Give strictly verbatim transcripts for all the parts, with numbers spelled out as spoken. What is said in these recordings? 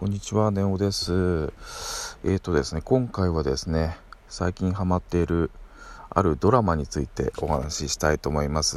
こんにちは、ネオです。えーとですね、今回はですね、最近ハマっているあるドラマについてお話ししたいと思います。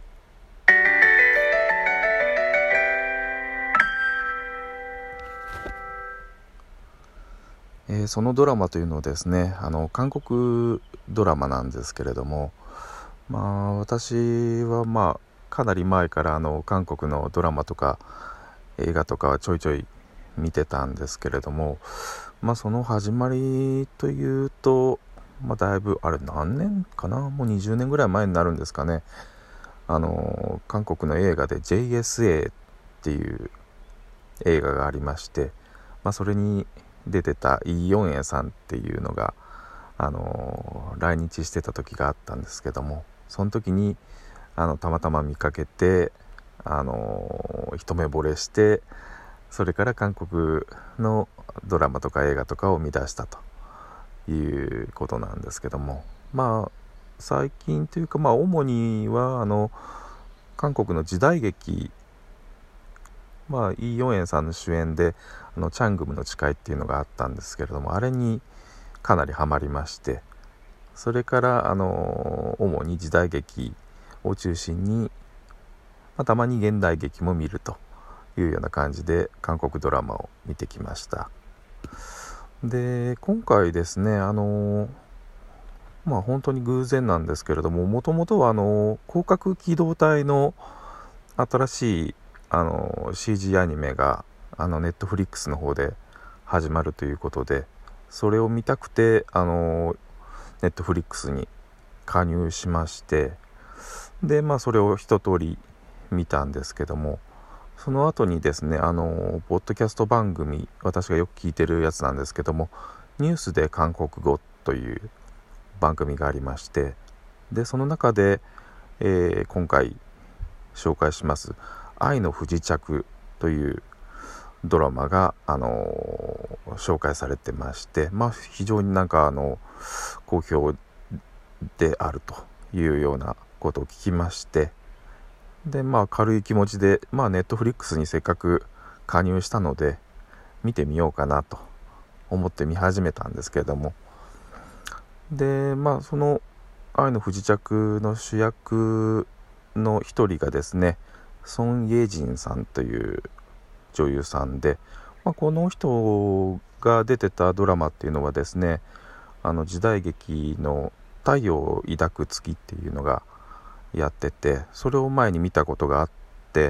えーそのドラマというのはですね、あの韓国ドラマなんですけれども、まあ私はまあかなり前からあの韓国のドラマとか映画とかはちょいちょい見てたんですけれども、まあその始まりというと、まあだいぶあれ何年かな、もうにじゅうねんぐらい前になるんですかね。あの韓国の映画で ジェイエスエー っていう映画がありまして、まあ、それに出てたイ・ヨンエさんっていうのがあの来日してた時があったんですけども、その時にあのたまたま見かけて、あの一目惚れして、それから韓国のドラマとか映画とかを見出したということなんですけども、まあ最近というか、まあ主にはあの韓国の時代劇、まあイ・ヨンエンさんの主演であのチャングムの誓いっていうのがあったんですけれども、あれにかなりハマりまして、それからあの主に時代劇を中心に、まあ、たまに現代劇も見るというような感じで韓国ドラマを見てきました。で今回ですね、あのまあ本当に偶然なんですけれども、もともとはあの広角機動隊の新しいあの シージー アニメがあのネットフリックスの方で始まるということで、それを見たくてあのネットフリックスに加入しまして、でまあそれを一通り見たんですけども、その後にですね、あのポッドキャスト番組、私がよく聞いてるやつなんですけども、ニュースで韓国語という番組がありまして、でその中で、えー今回紹介します愛の不時着というドラマが、あのー紹介されてまして、まあ、非常になんかあの好評であるというようなことを聞きまして、でまあ軽い気持ちで、まあ、ネットフリックスにせっかく加入したので見てみようかなと思って見始めたんですけれども、でまあその愛の不時着の主役の一人がですね、ソン・イェジンさんという女優さんで、まあ、この人が出てたドラマっていうのはですね、あの時代劇の太陽を抱く月っていうのがやってて、それを前に見たことがあって、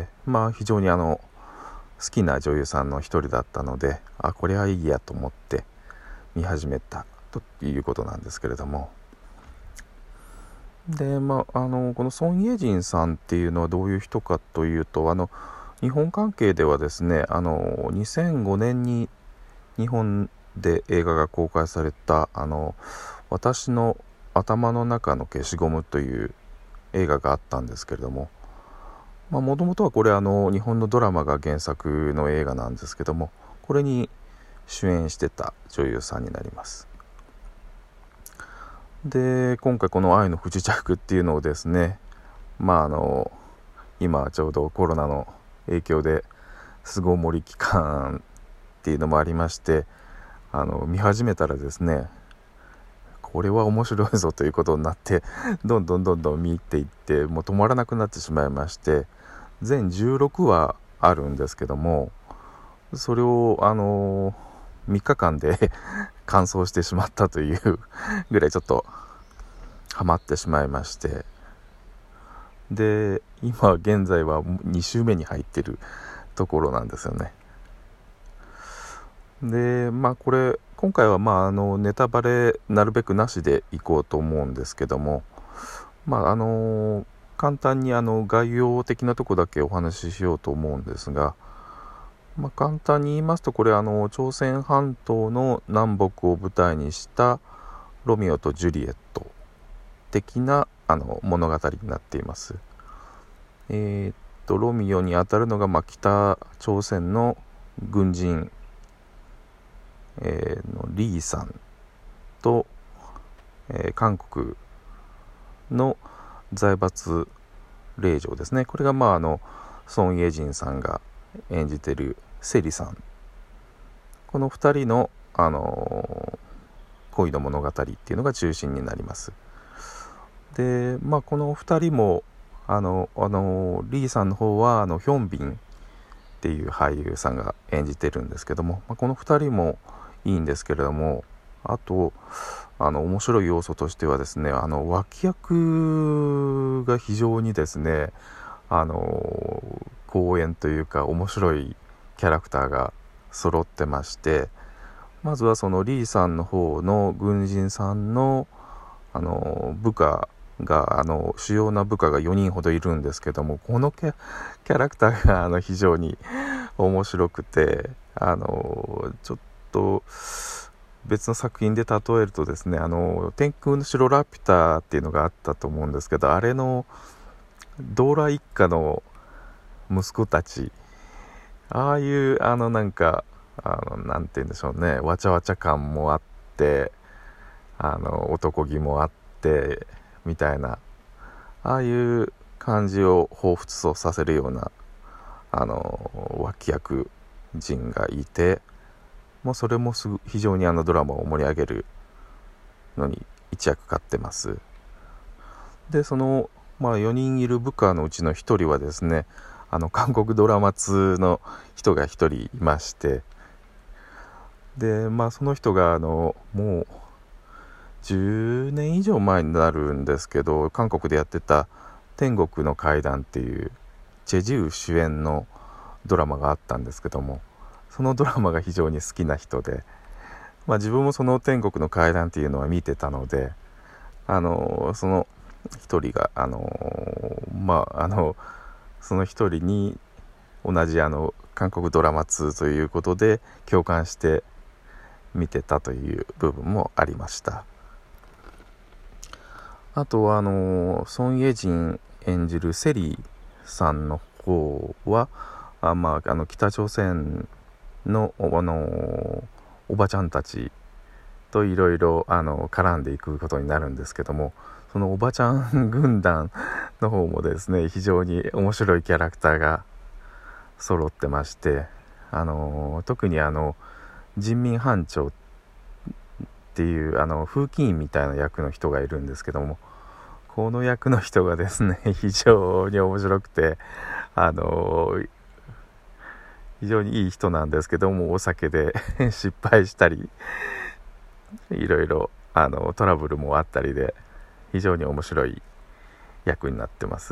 まあ非常にあの好きな女優さんの一人だったので、あこれはいいやと思って見始めたということなんですけれども、でまああのこのソン・イェジンさんっていうのはどういう人かというと、あの日本関係ではですね、あのにせんごねんに日本で映画が公開されたあの私の頭の中の消しゴムという映画があったんですけれども、もともとはこれあの日本のドラマが原作の映画なんですけども、これに主演してた女優さんになります。で今回この愛の不時着っていうのをですね、まああの今ちょうどコロナの影響で巣ごもり期間っていうのもありまして、あの見始めたらですね、これは面白いぞということになって、どんどんどんどん見ていって、もう止まらなくなってしまいまして、全じゅうろくわあるんですけども、それをあのみっかかんで完走してしまったというぐらいちょっとハマってしまいまして、で今現在はに週目に入ってるところなんですよね。でまあこれ今回はまああのネタバレなるべくなしでいこうと思うんですけども、まああの簡単にあの概要的なとこだけお話ししようと思うんですが、まあ、簡単に言いますと、これあの朝鮮半島の南北を舞台にしたロミオとジュリエット的なあの物語になっています。えーっとロミオにあたるのが、まあ、北朝鮮の軍人、えーのリーさんと、えー韓国の財閥令嬢ですね。これがまああのソン・イェジンさんが演じてるセリさんこのふたりの、あの恋の物語っていうのが中心になります。で、まあ、このふたりもあのあのリーさんの方はあのヒョンビンっていう俳優さんが演じてるんですけども、まあ、このふたりもいいんですけれども、あとあの面白い要素としてはですね、あの脇役が非常にですね、あの公演というか面白いキャラクターが揃ってまして、まずはそのリーさんの方の軍人さんのあの部下があの主要な部下がよにんほどいるんですけども、このキャ、キャラクターがあの非常に面白くて、あのちょっと別の作品で例えるとですね、あの天空の城ラピュタっていうのがあったと思うんですけど、あれのドーラ一家の息子たち、ああいうあのなんかあのなんて言うんでしょうね、わちゃわちゃ感もあって、あの男気もあってみたいな、ああいう感じを彷彿とさせるようなあの脇役陣がいて、もうそれもすぐ非常にあのドラマを盛り上げるのに一役買ってます。でその、まあ、よにんいる部下のうちのひとりはですね、あの韓国ドラマ通の人がひとりいまして、でまあその人があのもうじゅうねん以上前になるんですけど、韓国でやってた天国の階段っていうチェジウ主演のドラマがあったんですけども、そのドラマが非常に好きな人で、まあ、自分もその天国の階段っていうのは見てたので、あのその一人があのまああのその一人に同じあの韓国ドラマ通ということで共感して見てたという部分もありました。あとはあのソン・イェジン演じるセリさんの方はあ、まあ、あの北朝鮮の、あのおばちゃんたちといろいろ絡んでいくことになるんですけども、そのおばちゃん軍団の方もですね、非常に面白いキャラクターが揃ってまして、あの特にあの人民班長っていうあの風紀委員みたいな役の人がいるんですけども、この役の人がですね非常に面白くて、あの非常にいい人なんですけども、お酒で失敗したりいろいろあのトラブルもあったりで、非常に面白い役になってます。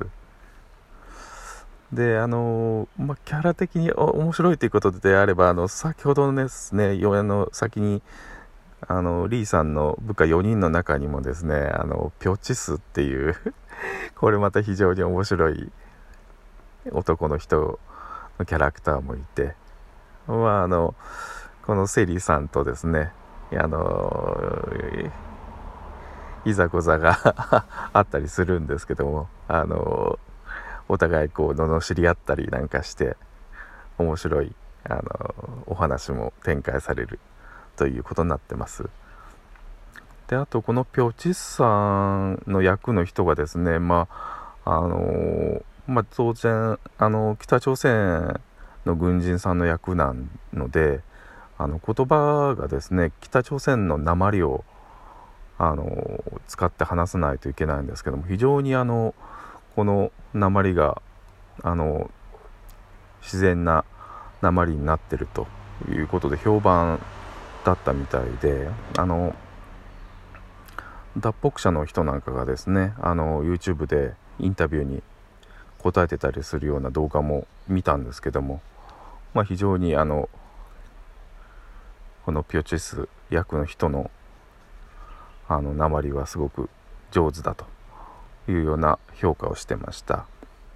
であの、まあ、キャラ的に面白いということであれば、あの先ほどですね、あの先にあのリーさんの部下よにんの中にもですね、あのピョチスっていうこれまた非常に面白い男の人のキャラクターもいて、まあ、あのこのセリさんとですね、あのいざこざがあったりするんですけども、あのお互いこう罵り合ったりなんかして面白いあのお話も展開されるということになってます。であとこのピョチスさんの役の人がですね、まああのまあ、当然あの北朝鮮の軍人さんの役なので、あの言葉がですね北朝鮮の訛りをあの使って話さないといけないんですけども、非常にあのこの訛りがあの自然な訛りになってるということで評判だったみたいで、あの脱北者の人なんかがですね、あの YouTube でインタビューに答えてたりするような動画も見たんですけども、まあ、非常にあのこのピョチス役の人のあの訛りはすごく上手だというような評価をしてました。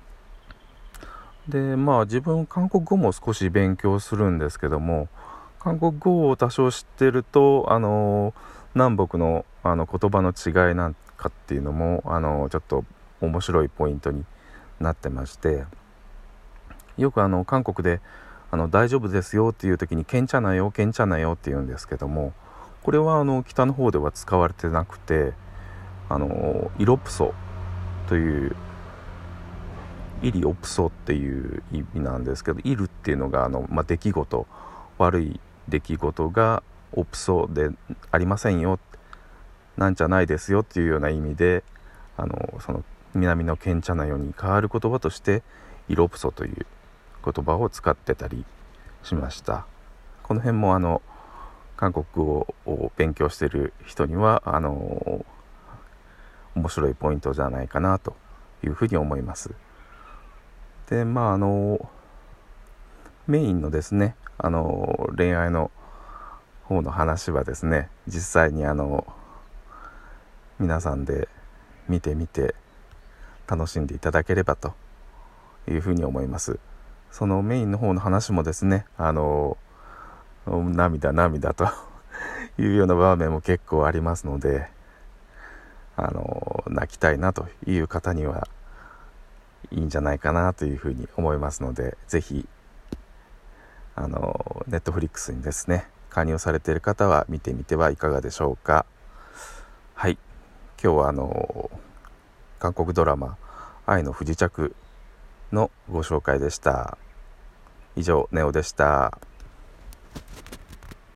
でまあ自分韓国語も少し勉強するんですけども、韓国語を多少知ってるとあの南北のあの言葉の違いなんかっていうのもあのちょっと面白いポイントになってまして、よくあの韓国であの大丈夫ですよっていう時にケンチャナよケンチャナよって言うんですけども、これはあの北の方では使われてなくて、あのイロプソというイリオプソっていう意味なんですけど、イルっていうのがあの、まあ、出来事、悪い出来事がオプソでありませんよ、なんじゃないですよっていうような意味で、あのその南のケンチャナヨに変わる言葉としてイロプソという言葉を使ってたりしました。この辺もあの韓国語を勉強している人にはあの面白いポイントじゃないかなというふうに思います。でまああのメインのですねあの恋愛の方の話はですね、実際にあの皆さんで見てみて楽しんでいただければというふうに思います。そのメインの方の話もですね、あの涙涙というような場面も結構ありますので、あの泣きたいなという方にはいいんじゃないかなというふうに思いますので、ぜひあのネットフリックスにですね加入されている方は見てみてはいかがでしょうか。はい、今日はあの韓国ドラマ愛の不時着のご紹介でした。以上、ネオでした。